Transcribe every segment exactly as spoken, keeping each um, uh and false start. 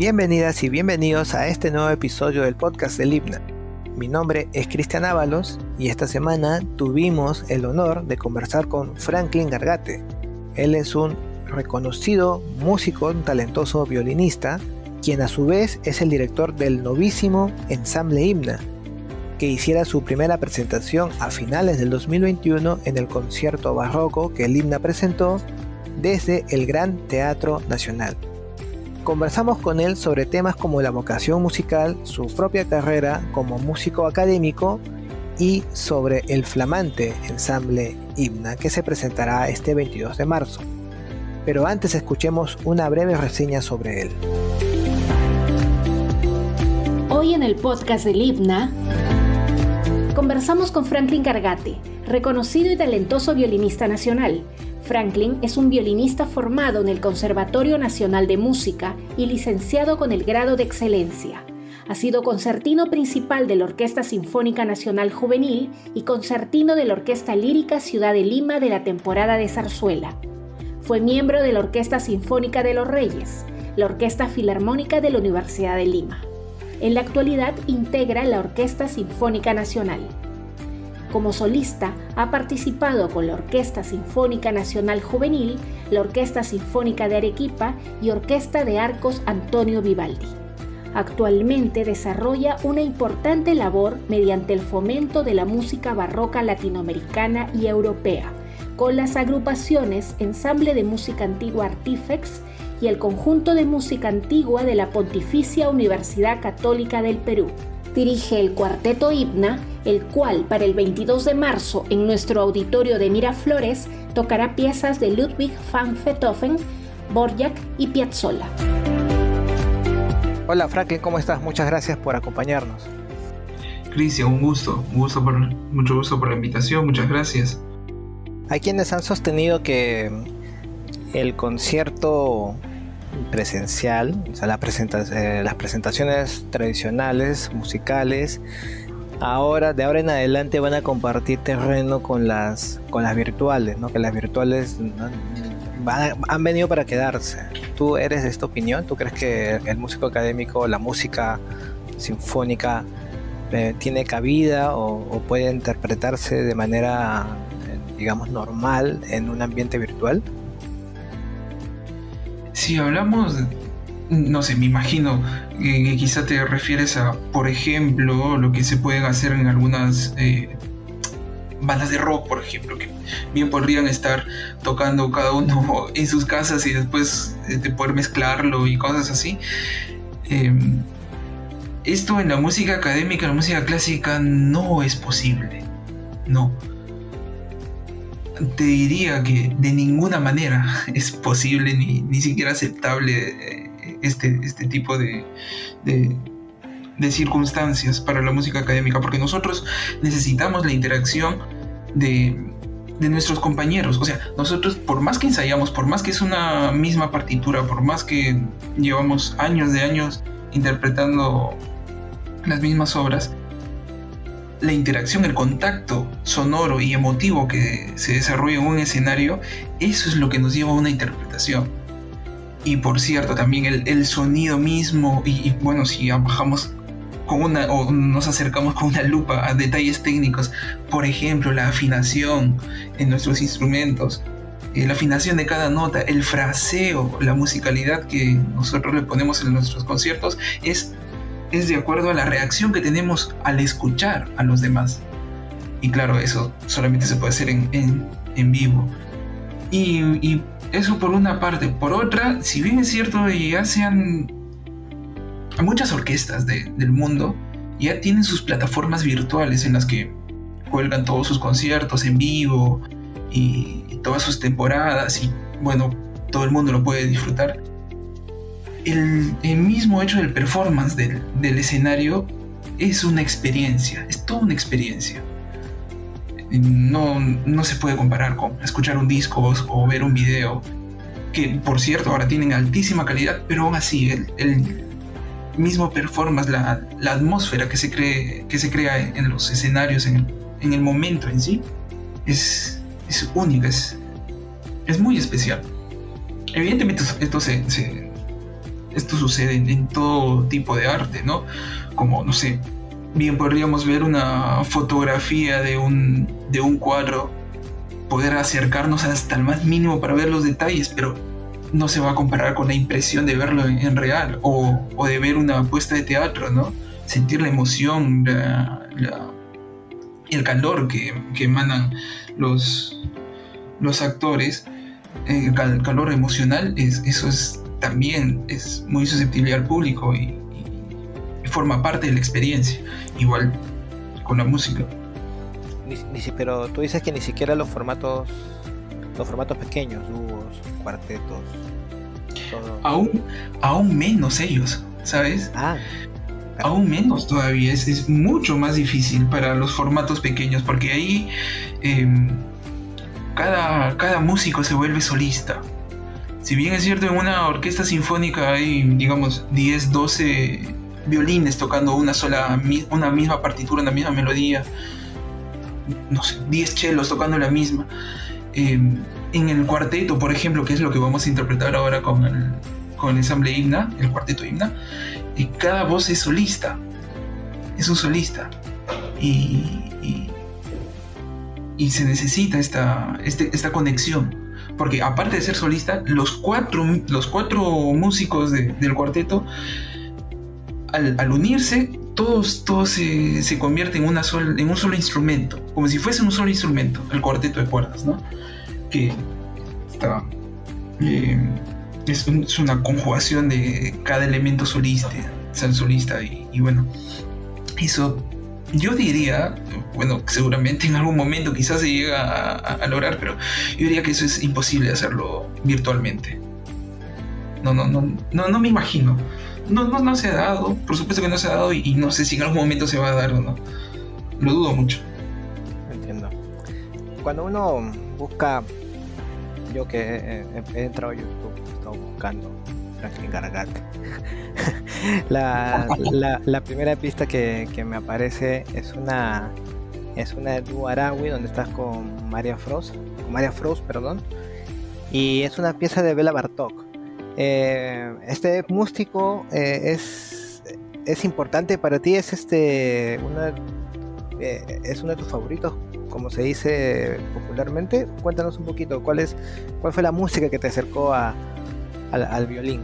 Bienvenidas y bienvenidos a este nuevo episodio del podcast del Himna. Mi nombre es Cristian Ábalos y esta semana tuvimos el honor de conversar con Franklin Gargate. Él es un reconocido músico, un talentoso violinista, quien a su vez es el director del novísimo ensamble Himna, que hiciera su primera presentación a finales del dos mil veintiuno en el concierto barroco que el Himna presentó desde el Gran Teatro Nacional. Conversamos con él sobre temas como la vocación musical, su propia carrera como músico académico y sobre el flamante ensamble Himna que se presentará este veintidós de marzo. Pero antes escuchemos una breve reseña sobre él. Hoy en el podcast del Himna conversamos con Franklin Gargate, reconocido y talentoso violinista nacional. Franklin es un violinista formado en el Conservatorio Nacional de Música y licenciado con el grado de excelencia. Ha sido concertino principal de la Orquesta Sinfónica Nacional Juvenil y concertino de la Orquesta Lírica Ciudad de Lima de la temporada de zarzuela. Fue miembro de la Orquesta Sinfónica de los Reyes, la Orquesta Filarmónica de la Universidad de Lima. En la actualidad integra la Orquesta Sinfónica Nacional. Como solista, ha participado con la Orquesta Sinfónica Nacional Juvenil, la Orquesta Sinfónica de Arequipa y Orquesta de Arcos Antonio Vivaldi. Actualmente desarrolla una importante labor mediante el fomento de la música barroca latinoamericana y europea, con las agrupaciones Ensamble de Música Antigua Artifex y el Conjunto de Música Antigua de la Pontificia Universidad Católica del Perú. Dirige el Cuarteto Himna, el cual para el veintidós de marzo en nuestro auditorio de Miraflores tocará piezas de Ludwig van Beethoven, Dvorak y Piazzolla. Hola Franklin, ¿cómo estás? Muchas gracias por acompañarnos. Cristian, un gusto, un gusto por, mucho gusto por la invitación, muchas gracias. Hay quienes han sostenido que el concierto presencial, o sea, la presenta- eh, las presentaciones tradicionales, musicales, ahora, de ahora en adelante van a compartir terreno con las, con las virtuales, ¿no? Que las virtuales ¿no? van, han venido para quedarse. ¿Tú eres de esta opinión? ¿Tú crees que el músico académico, la música sinfónica eh, tiene cabida o, o puede interpretarse de manera, eh, digamos, normal en un ambiente virtual? Si hablamos, no sé, me imagino que, que quizá te refieres a, por ejemplo, lo que se pueden hacer en algunas eh, bandas de rock, por ejemplo, que bien podrían estar tocando cada uno en sus casas y después eh, de poder mezclarlo y cosas así. Eh, esto en la música académica, en la música clásica, no es posible, no. Te diría que de ninguna manera es posible ni, ni siquiera aceptable este, este tipo de, de, de circunstancias para la música académica, porque nosotros necesitamos la interacción de, de nuestros compañeros. O sea, nosotros, por más que ensayamos, por más que es una misma partitura, por más que llevamos años de años interpretando las mismas obras, la interacción, el contacto sonoro y emotivo que se desarrolla en un escenario, eso es lo que nos lleva a una interpretación. Y por cierto, también el, el sonido mismo, y, y bueno, si bajamos con una, o nos acercamos con una lupa a detalles técnicos, por ejemplo, la afinación en nuestros instrumentos, eh, la afinación de cada nota, el fraseo, la musicalidad que nosotros le ponemos en nuestros conciertos, es es de acuerdo a la reacción que tenemos al escuchar a los demás. Y claro, eso solamente se puede hacer en, en, en vivo. Y, y eso por una parte. Por otra, si bien es cierto, ya sean muchas orquestas de, del mundo, ya tienen sus plataformas virtuales en las que cuelgan todos sus conciertos en vivo y, y todas sus temporadas, y bueno, todo el mundo lo puede disfrutar. El, el mismo hecho del performance del, del escenario es una experiencia, es toda una experiencia. No, no se puede comparar con escuchar un disco o, o ver un video, que por cierto ahora tienen altísima calidad, pero aún así el, el mismo performance, la, la atmósfera que se, cree, que se crea en, en los escenarios, en el, en el momento en sí, es, es única, es, es muy especial. Evidentemente esto se, se esto sucede en, en todo tipo de arte, ¿no? Como, no sé, bien podríamos ver una fotografía de un, de un cuadro, poder acercarnos hasta el más mínimo para ver los detalles, pero no se va a comparar con la impresión de verlo en, en real, o, o de ver una puesta de teatro, ¿no? Sentir la emoción, la, la, el calor que, que emanan los, los actores, el, cal, el calor emocional, es, eso es también es muy susceptible al público y, y forma parte de la experiencia, igual con la música. Ni, ni, pero tú dices que ni siquiera los formatos los formatos pequeños, dúos, cuartetos, todo. Aún, aún menos ellos, ¿sabes? Ah, claro. Aún menos todavía, es, es mucho más difícil para los formatos pequeños, porque ahí eh, cada, cada músico se vuelve solista. Si bien es cierto, en una orquesta sinfónica hay, digamos, diez, doce violines tocando una sola, una misma partitura, una misma melodía, no sé, diez chelos tocando la misma. Eh, en el cuarteto, por ejemplo, que es lo que vamos a interpretar ahora con el, con el ensamble Himna, el cuarteto Himna, y cada voz es solista, es un solista, y, y, y se necesita esta, este, esta conexión, porque aparte de ser solista, los cuatro, los cuatro músicos de, del cuarteto, al, al unirse, todos, todos se, se convierten en, una sol, en un solo instrumento, como si fuese un solo instrumento, el cuarteto de cuerdas, ¿no? Que está, eh, es, un, es una conjugación de cada elemento solista, ser solista, y, y bueno, eso yo diría, bueno, seguramente en algún momento quizás se llega a, a, a lograr, pero yo diría que eso es imposible hacerlo virtualmente. No, no, no, no, no me imagino. No, no, no se ha dado, por supuesto que no se ha dado, y, y no sé si en algún momento se va a dar o no. Lo dudo mucho. Entiendo. Cuando uno busca, yo que he, he entrado a YouTube, he estado buscando Franklin Gargate. la, la, la primera pista que, que me aparece es una es una de Du Arawi, donde estás con Maria Frost, con Maria Frost, perdón, y es una pieza de Bela Bartók. Eh, este músico eh, es, es importante para ti, es este una, eh, es uno de tus favoritos, como se dice popularmente. Cuéntanos un poquito cuál es cuál fue la música que te acercó a, al, al violín.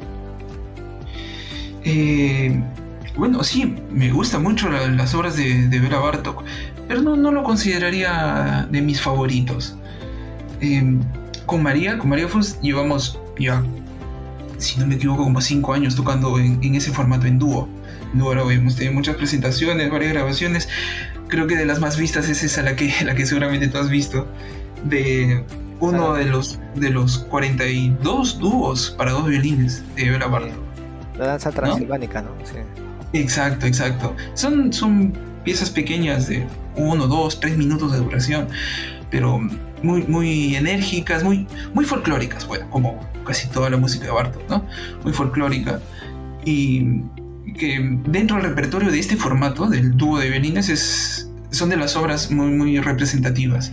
Eh, bueno, sí, me gustan mucho la, las obras de, de Bela Bartók, pero no, no lo consideraría de mis favoritos. Eh, con María, con Maria Frost llevamos ya, si no me equivoco, como cinco años tocando en, en ese formato, en dúo. En dúo ahora hemos tenido muchas presentaciones, varias grabaciones. Creo que de las más vistas es esa la que, la que seguramente tú has visto, de uno de los, de los cuarenta y dos dúos para dos violines de Bela Bartók. La danza transilvánica, ¿no? Sí. Exacto, exacto. Son, son piezas pequeñas de uno, dos, tres minutos de duración, pero muy, muy enérgicas, muy, muy folclóricas, bueno, como casi toda la música de Bartók, ¿no? Muy folclórica, y que dentro del repertorio de este formato del dúo de violines es, son de las obras muy, muy representativas.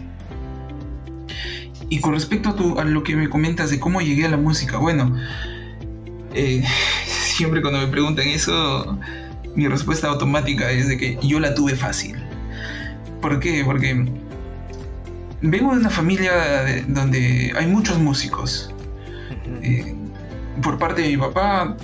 Y con respecto a, tu, a lo que me comentas de cómo llegué a la música, bueno, eh, siempre cuando me preguntan eso, mi respuesta automática es de que yo la tuve fácil. ¿Por qué? Porque vengo de una familia de, donde hay muchos músicos. Eh, por parte de mi papá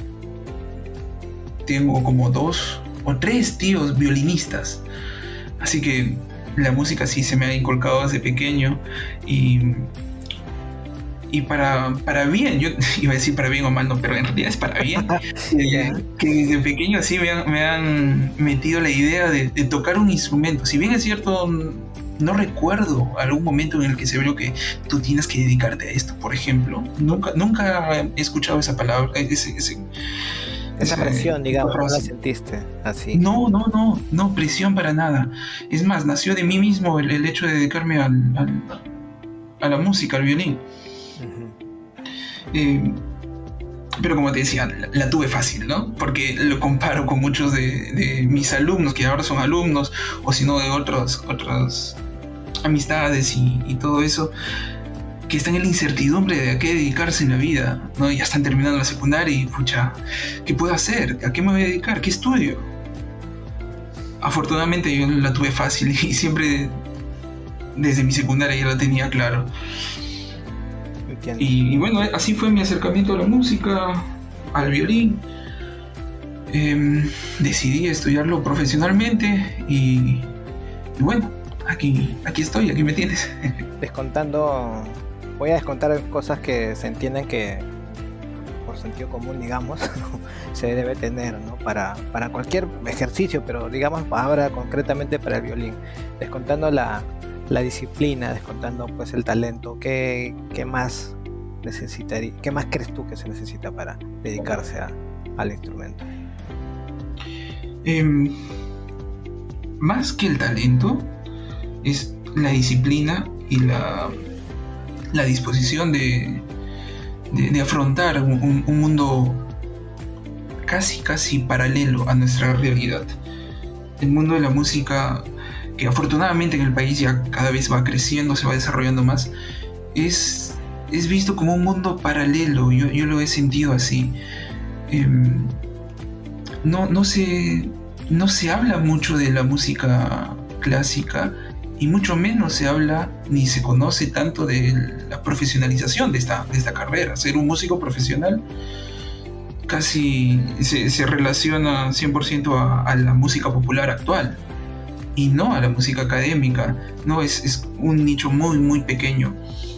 tengo como dos o tres tíos violinistas, así que la música sí se me ha inculcado desde pequeño, y, y para, para bien, yo iba a decir para bien o mal, no, pero en realidad es para bien. eh, que desde pequeño así me han, me han metido la idea de, de tocar un instrumento. Si bien es cierto, no recuerdo algún momento en el que se vio que tú tienes que dedicarte a esto, por ejemplo. Nunca, nunca he escuchado esa palabra, ese, ese, esa presión, digamos, no la sentiste así. No, no, no, no, presión para nada. Es más, nació de mí mismo el, el hecho de dedicarme al, al, a la música, al violín. Uh-huh. Eh, pero como te decía, la, la tuve fácil, ¿no? Porque lo comparo con muchos de, de mis alumnos, que ahora son alumnos, o si no de otros, otras amistades y, y todo eso. que están en la incertidumbre de a qué dedicarse en la vida, ¿no? Ya están terminando la secundaria y, pucha, ¿qué puedo hacer? ¿A qué me voy a dedicar? ¿Qué estudio? Afortunadamente yo la tuve fácil y siempre desde mi secundaria ya la tenía claro. Y, y bueno, así fue mi acercamiento a la música, al violín. Eh, decidí estudiarlo profesionalmente y, y bueno, aquí, aquí estoy, aquí me tienes. Descontando, voy a descontar cosas que se entienden que por sentido común, digamos, se debe tener, ¿no? Para, para cualquier ejercicio, pero digamos ahora concretamente para el violín. Descontando la, la disciplina, descontando pues el talento, ¿qué, qué más necesitaría, qué más crees tú que se necesita para dedicarse a, al instrumento? Eh, más que el talento es la disciplina y la, la disposición de, de, de afrontar un, un mundo casi casi paralelo a nuestra realidad. El mundo de la música, que afortunadamente en el país ya cada vez va creciendo, se va desarrollando más, es, es visto como un mundo paralelo. Yo, yo lo he sentido así. Eh, no, no se, no se habla mucho de la música clásica y mucho menos se habla ni se conoce tanto de la profesionalización de esta, de esta carrera. Ser un músico profesional casi se, se relaciona cien por ciento a, a la música popular actual y no a la música académica. No, es, es un nicho muy muy pequeño.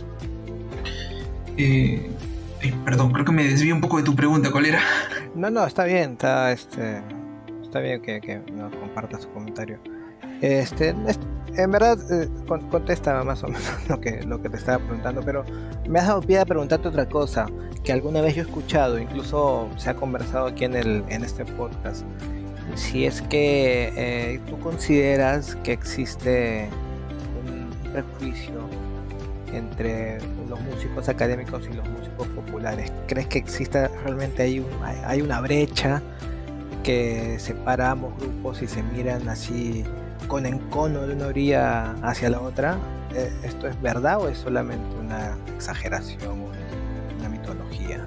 Eh, eh, perdón, creo que me desvío un poco de tu pregunta. ¿Cuál era? No, no, está bien, está, este, está bien que, que nos compartas tu comentario. Este, es, en verdad, eh, con, contesta más o menos lo que, lo que te estaba preguntando, pero me has dado pie a preguntarte otra cosa que alguna vez yo he escuchado, incluso se ha conversado aquí en, el, en este podcast. Si es que eh, tú consideras que existe un prejuicio entre los músicos académicos y los músicos populares. ¿Crees que exista realmente hay, un, hay una brecha que separa ambos grupos y se miran así con encono de una orilla hacia la otra? ¿Esto es verdad o es solamente una exageración, una mitología?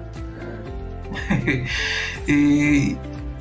eh,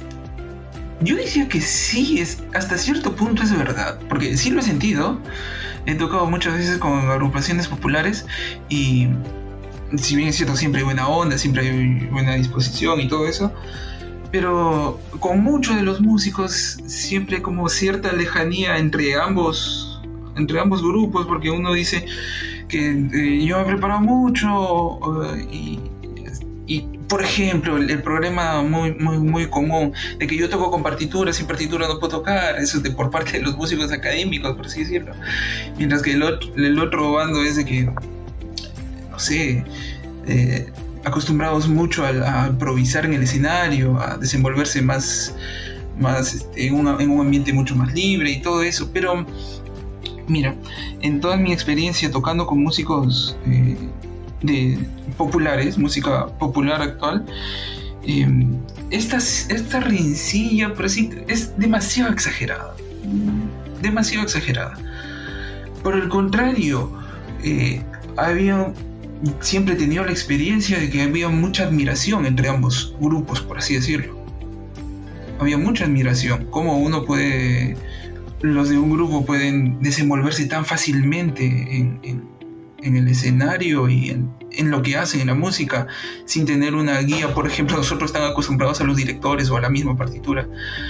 yo decía que sí, es, hasta cierto punto es verdad, porque sí lo he sentido. He tocado muchas veces con agrupaciones populares y si bien es cierto, siempre hay buena onda, siempre hay buena disposición y todo eso, pero con muchos de los músicos siempre hay como cierta lejanía entre ambos, entre ambos grupos, porque uno dice que eh, yo me he preparado mucho uh, y, y por ejemplo el, el problema muy, muy, muy común de que yo toco con partituras, sin partitura no puedo tocar, eso es de por parte de los músicos académicos, por así decirlo, mientras que el otro, el otro bando es de que, no sé, eh, acostumbrados mucho a, a improvisar en el escenario, a desenvolverse más, más este, en, una, en un ambiente mucho más libre y todo eso. Pero mira, en toda mi experiencia tocando con músicos eh, de populares, música popular actual, eh, esta, esta rencilla por así, es demasiado exagerada, demasiado exagerada. Por el contrario, eh, había siempre he tenido la experiencia de que había mucha admiración entre ambos grupos, por así decirlo. Había mucha admiración. Cómo uno puede, los de un grupo pueden desenvolverse tan fácilmente en, en, en el escenario y en, en lo que hacen en la música sin tener una guía. Por ejemplo, nosotros estamos acostumbrados a los directores o a la misma partitura.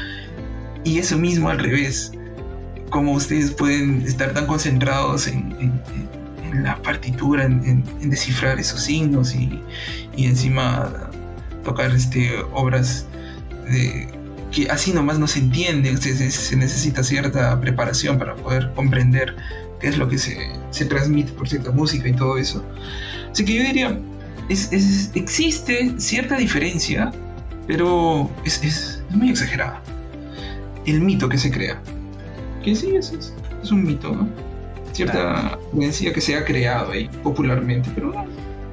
Y eso mismo al revés. Cómo ustedes pueden estar tan concentrados en, en, en la partitura, en, en, en descifrar esos signos y, y encima tocar este, obras de, que así nomás no se entienden. Se, se, se necesita cierta preparación para poder comprender qué es lo que se, se transmite por cierta música y todo eso. Así que yo diría, es, es, existe cierta diferencia, pero es, es, es muy exagerada el mito que se crea. Que sí, es, es, es un mito, ¿no? Cierta creencia que se ha creado ahí popularmente, pero no.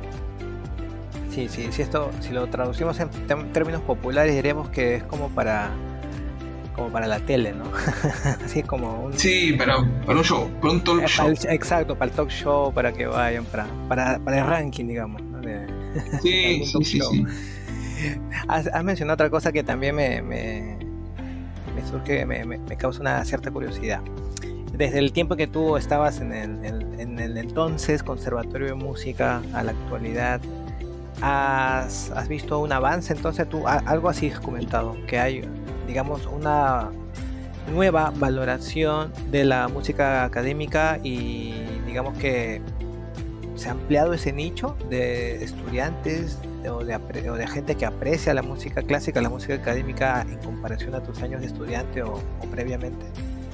Sí, sí, si esto, si lo traducimos en términos populares, diríamos que es como para, como para la tele, ¿no? Así como un... Sí, para, para un show, para un talk eh, show. Para el, exacto, para el talk show, para que vayan, para, para, para el ranking, digamos, ¿no? De, Sí, sí, sí, sí. Has, has mencionado otra cosa que también me, me, me surge, me, me, me causa una cierta curiosidad. Desde el tiempo que tú estabas en el, en, en el entonces Conservatorio de Música a la actualidad, ¿has, has visto un avance? Entonces tú, a, algo así has comentado, que hay, digamos, una nueva valoración de la música académica y digamos que se ha ampliado ese nicho de estudiantes o de, o de gente que aprecia la música clásica, la música académica en comparación a tus años de estudiante o, o previamente.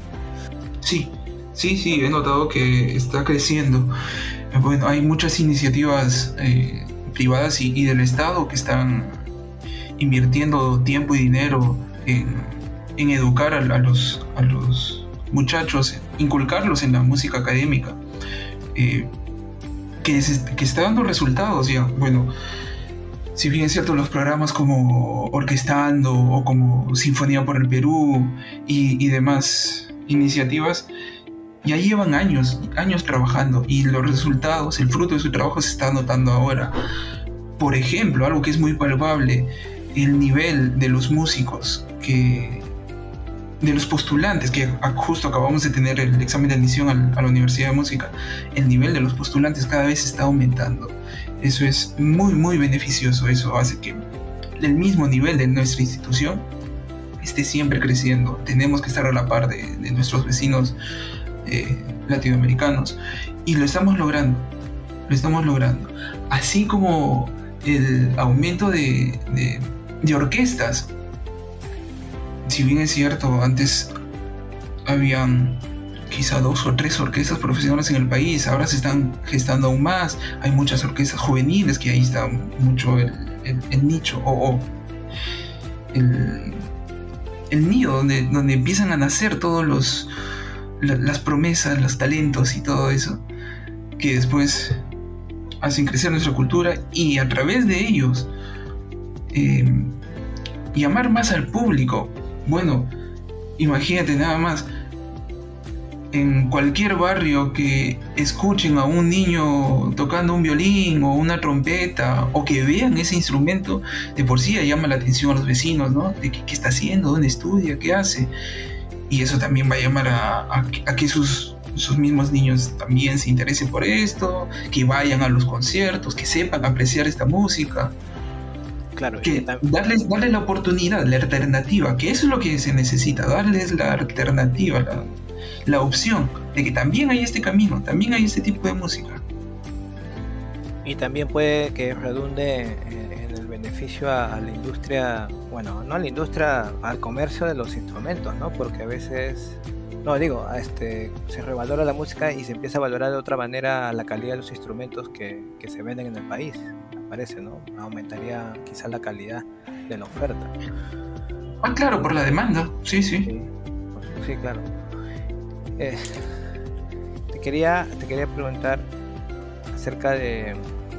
Sí, sí, sí, he notado que está creciendo. Bueno, hay muchas iniciativas eh, privadas y, y del Estado que están invirtiendo tiempo y dinero en, en educar a, a, los, a los muchachos, inculcarlos en la música académica, eh, que, es, que está dando resultados ya. Bueno, si bien es cierto, los programas como Orquestando o como Sinfonía por el Perú y, y demás iniciativas ya llevan años, años trabajando, y los resultados, el fruto de su trabajo se está notando ahora. Por ejemplo, algo que es muy palpable, el nivel de los músicos, que, de los postulantes, que justo acabamos de tener el examen de admisión a la Universidad de Música, el nivel de los postulantes cada vez está aumentando. Eso es muy, muy beneficioso. Eso hace que el mismo nivel de nuestra institución esté siempre creciendo. Tenemos que estar a la par de, de nuestros vecinos eh, latinoamericanos, y lo estamos logrando, lo estamos logrando. Así como el aumento de, de, de orquestas. Si bien es cierto, antes habían quizá dos o tres orquestas profesionales en el país, ahora se están gestando aún más. Hay muchas orquestas juveniles, que ahí está mucho el, el, el nicho o, o el, el nido donde, donde empiezan a nacer todos los la, las promesas, los talentos y todo eso, que después hacen crecer nuestra cultura, y a través de ellos eh, llamar más al público. Bueno, imagínate nada más, en cualquier barrio que escuchen a un niño tocando un violín o una trompeta, o que vean ese instrumento, de por sí ya llama la atención a los vecinos, ¿no? De qué, qué está haciendo, dónde estudia, qué hace. Y eso también va a llamar a, a, a que sus, sus mismos niños también se interesen por esto, que vayan a los conciertos, que sepan apreciar esta música. Claro, que que darles, darles la oportunidad, la alternativa, que eso es lo que se necesita, darles la alternativa, la, la opción de que también hay este camino, también hay este tipo de música. Y también puede que redunde en el beneficio a, a la industria, bueno, no a la industria, al comercio de los instrumentos, ¿no? Porque a veces, no digo, este, se revalora la música y se empieza a valorar de otra manera la calidad de los instrumentos que, que se venden en el país, me parece, ¿no? Aumentaría quizás la calidad de la oferta. Ah, claro, por la demanda, sí, sí. Sí, sí, claro. Eh, te quería, te quería preguntar acerca de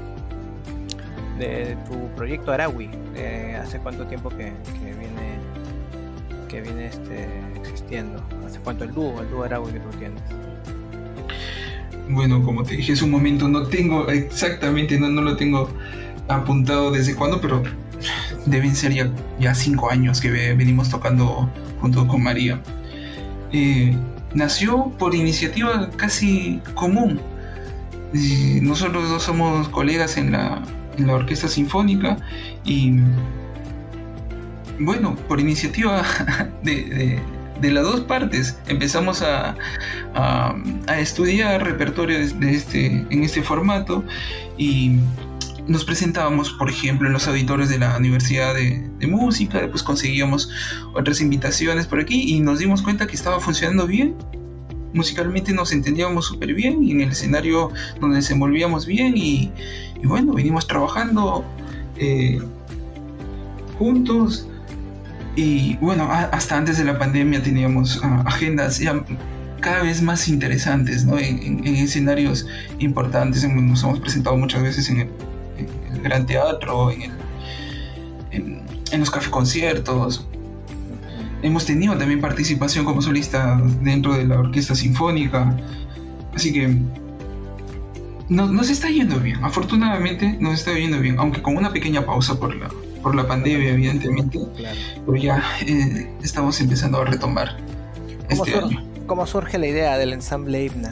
de tu proyecto Arawi. Eh, ¿Hace cuánto tiempo que, que viene que viene este existiendo? ¿Hace cuánto el dúo, el dúo Arawi que tú tienes? Bueno, como te dije hace un momento, no tengo exactamente, no, no lo tengo apuntado desde cuándo, pero deben ser ya, ya cinco años que venimos tocando junto con María. Eh, nació por iniciativa casi común. Eh, nosotros dos somos colegas en la, en la orquesta sinfónica, y bueno, por iniciativa de, de, de las dos partes empezamos a, a, a estudiar repertorio de, de este, en este formato, y nos presentábamos, por ejemplo, en los auditorios de la Universidad de, de Música. Después conseguíamos otras invitaciones por aquí y nos dimos cuenta que estaba funcionando bien. Musicalmente nos entendíamos súper bien, y en el escenario nos desenvolvíamos bien, y, y bueno, venimos trabajando eh, juntos. Y bueno, a, hasta antes de la pandemia teníamos uh, agendas ya cada vez más interesantes, ¿no? En, en, en escenarios importantes. Nos hemos presentado muchas veces en el el Gran Teatro, en, el, en, en los café conciertos, hemos tenido también participación como solista dentro de la orquesta sinfónica, así que no, nos está yendo bien, afortunadamente nos está yendo bien, aunque con una pequeña pausa por la, por la pandemia, evidentemente, claro. Pero ya eh, estamos empezando a retomar este sur- año. ¿Cómo surge la idea del ensamble Himna?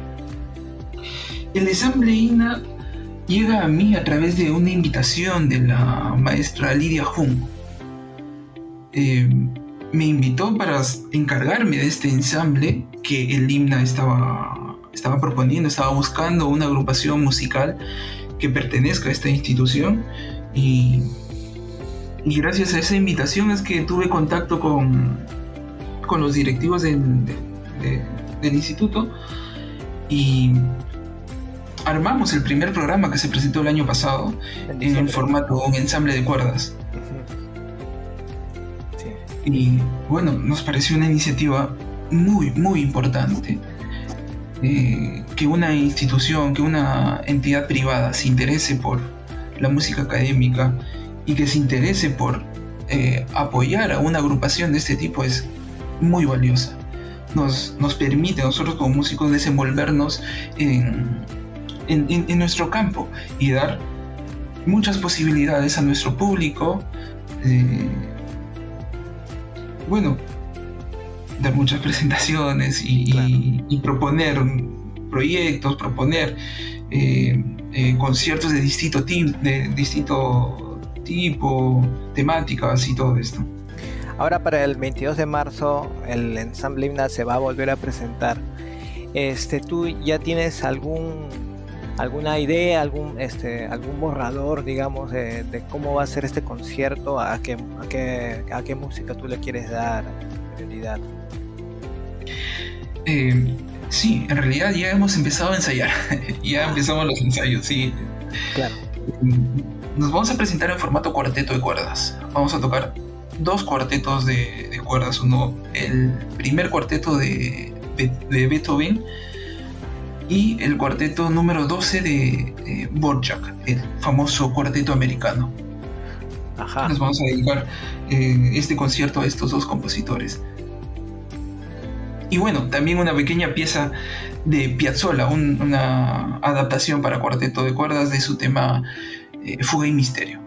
El ensamble Himna llega a mí a través de una invitación de la maestra Lidia Jung. Eh, me invitó para encargarme de este ensamble que el Himna estaba, estaba proponiendo, estaba buscando una agrupación musical que pertenezca a esta institución, y, y gracias a esa invitación es que tuve contacto con, con los directivos del, de, de, del instituto, y armamos el primer programa que se presentó el año pasado en el formato un ensamble de cuerdas. Sí. Y bueno, nos pareció una iniciativa muy, muy importante, eh, que una institución, que una entidad privada se interese por la música académica y que se interese por eh, apoyar a una agrupación de este tipo es muy valiosa. Nos, nos permite a nosotros como músicos desenvolvernos en En, en, en nuestro campo y dar muchas posibilidades a nuestro público, eh, bueno, dar muchas presentaciones y, claro. y, y proponer proyectos, proponer eh, eh, conciertos de distinto, ti- de distinto tipo, temáticas y todo esto. Ahora para el veintidós de marzo el ensamble Himna se va a volver a presentar. Este, ¿tú ya tienes algún alguna idea, algún este algún borrador, digamos, de, de cómo va a ser este concierto, a qué a qué a qué música tú le quieres dar prioridad? Eh, sí, en realidad ya hemos empezado a ensayar, ya ah. empezamos los ensayos, sí. Claro. Nos vamos a presentar en formato cuarteto de cuerdas. Vamos a tocar dos cuartetos de, de cuerdas, uno, el primer cuarteto de, de, de Beethoven, y el cuarteto número doce de eh, Dvorak, el famoso cuarteto americano. Ajá. Nos vamos a dedicar eh, este concierto a estos dos compositores. Y bueno, también una pequeña pieza de Piazzolla, un, una adaptación para cuarteto de cuerdas de su tema eh, Fuga y Misterio.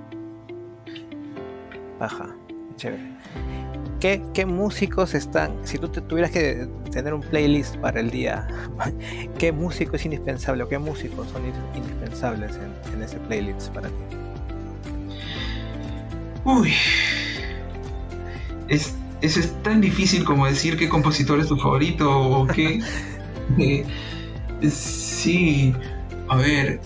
Ajá, chévere. ¿Qué, ¿Qué músicos están? Si tú te tuvieras que tener un playlist para el día, ¿qué músico es indispensable o qué músicos son indispensables en, en ese playlist para ti? Uy, es, es, es tan difícil como decir qué compositor es tu favorito o qué. eh, sí, a ver.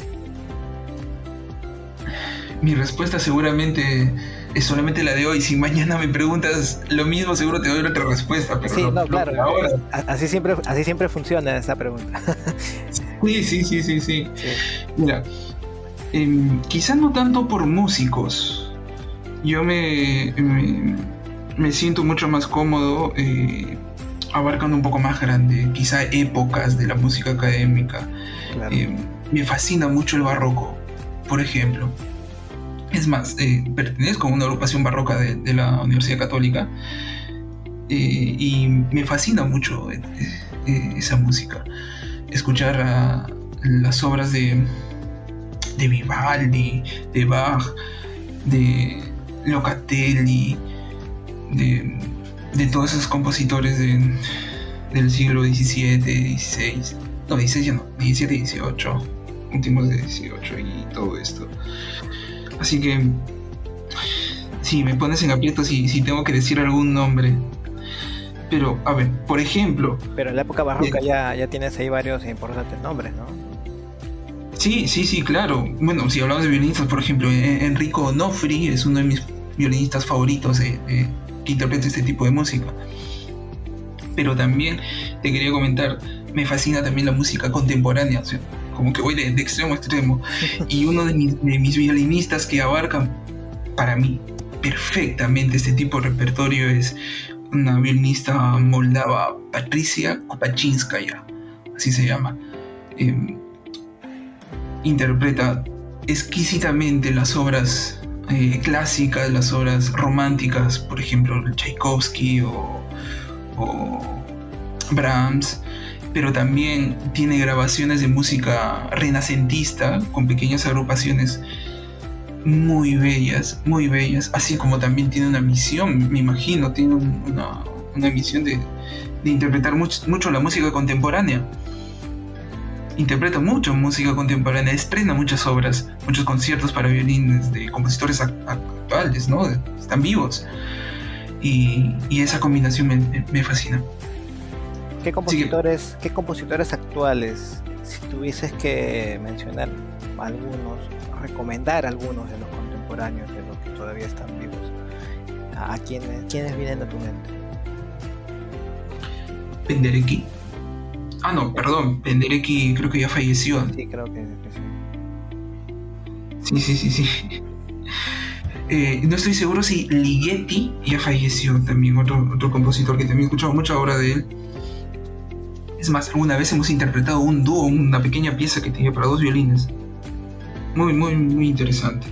Mi respuesta seguramente es solamente la de hoy. Si mañana me preguntas lo mismo, seguro te doy otra respuesta. Pero sí, no, no, claro. No, ahora. Así siempre, así siempre funciona esa pregunta. Sí, sí, sí, sí, sí. sí. Mira, eh, quizá no tanto por músicos. Yo me, me, me siento mucho más cómodo eh, abarcando un poco más grande, quizá épocas de la música académica. Claro. Eh, me fascina mucho el barroco, por ejemplo. Es más, eh, pertenezco a una agrupación barroca de, de la Universidad Católica eh, y me fascina mucho eh, eh, esa música. Escuchar a las obras de, de Vivaldi, de Bach, de Locatelli, de, de todos esos compositores de, del siglo diecisiete, dieciséis, no, dieciséis ya no, diecisiete y dieciocho, últimos de dieciocho y todo esto. Así que, sí, me pones en aprietos si, si tengo que decir algún nombre. Pero, a ver, por ejemplo... Pero en la época barroca eh, ya, ya tienes ahí varios importantes nombres, ¿no? Sí, sí, sí, claro. Bueno, si hablamos de violinistas, por ejemplo, Enrico Onofri es uno de mis violinistas favoritos eh, eh, que interpreta este tipo de música. Pero también te quería comentar, me fascina también la música contemporánea, o sea, como que voy de, de extremo a extremo. Y uno de mis, de mis violinistas que abarcan, para mí, perfectamente este tipo de repertorio es una violinista moldava, Patricia Kopachinskaya, así se llama. Eh, interpreta exquisitamente las obras eh, clásicas, las obras románticas, por ejemplo, Tchaikovsky o, o Brahms, pero también tiene grabaciones de música renacentista con pequeñas agrupaciones muy bellas, muy bellas, así como también tiene una misión, me imagino, tiene una, una misión de, de interpretar mucho, mucho la música contemporánea. Interpreta mucho música contemporánea, estrena muchas obras, muchos conciertos para violines de compositores actuales, ¿no? Están vivos. Y, y esa combinación me, me fascina. ¿Qué compositores, ¿Qué compositores actuales, si tuvieses que mencionar algunos, recomendar algunos de los contemporáneos, de los que todavía están vivos, a quiénes, quiénes vienen a tu mente? Penderecki. Ah, no, perdón, Penderecki creo que ya falleció. Sí, creo que, que sí. Sí, sí, sí, sí. Eh, no estoy seguro si Ligeti ya falleció también, otro, otro compositor que también he escuchado mucha obra de él. Es más, alguna vez hemos interpretado un dúo, una pequeña pieza que tenía para dos violines. Muy, muy, muy interesante.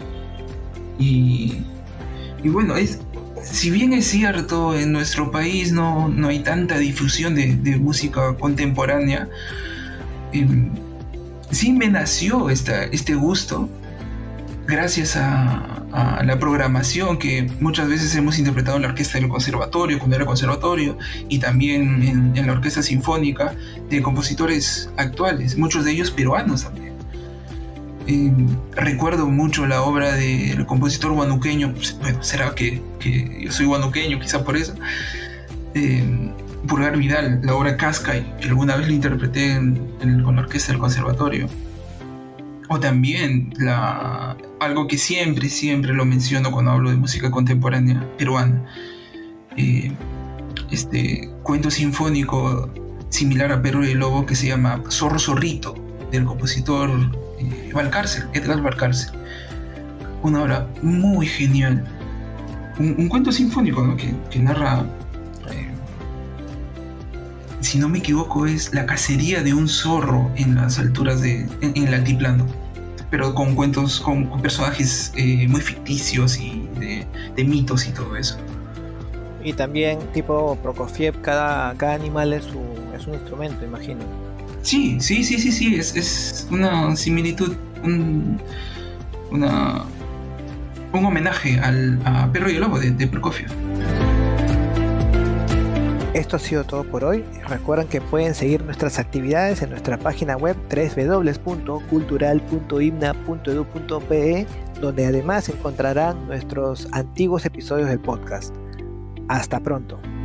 Y, y bueno, es, si bien es cierto, en nuestro país no, no hay tanta difusión de, de música contemporánea, eh, sí me nació esta, este gusto gracias a, a la programación que muchas veces hemos interpretado en la orquesta del conservatorio, cuando era conservatorio, y también en, en la orquesta sinfónica de compositores actuales, muchos de ellos peruanos también. Eh, recuerdo mucho la obra del compositor huanuqueño, bueno, será que, que yo soy huanuqueño, quizá por eso, eh, Pulgar Vidal, la obra Cascay, que alguna vez lo interpreté en, en, con la orquesta del conservatorio. O también la, algo que siempre, siempre lo menciono cuando hablo de música contemporánea peruana, eh, este cuento sinfónico similar a Perro y el Lobo que se llama Zorro Zorrito, del compositor eh, Valcárcel, Edgar Valcárcel. Una obra muy genial. Un, un cuento sinfónico, ¿no? que, que narra, eh, si no me equivoco, es la cacería de un zorro en las alturas de, en, en el altiplano, pero con cuentos, con, con personajes eh, muy ficticios y de, de mitos y todo eso. Y también, tipo Prokofiev, cada, cada animal es, su, es un instrumento, imagino. Sí, sí, sí, sí, sí, es, es una similitud, un, una, un homenaje al, a Perro y el Lobo de, de Prokofiev. Esto ha sido todo por hoy. Recuerden que pueden seguir nuestras actividades en nuestra página web doble u doble u doble u punto cultural punto himna punto edu punto pe, donde además encontrarán nuestros antiguos episodios del podcast. Hasta pronto.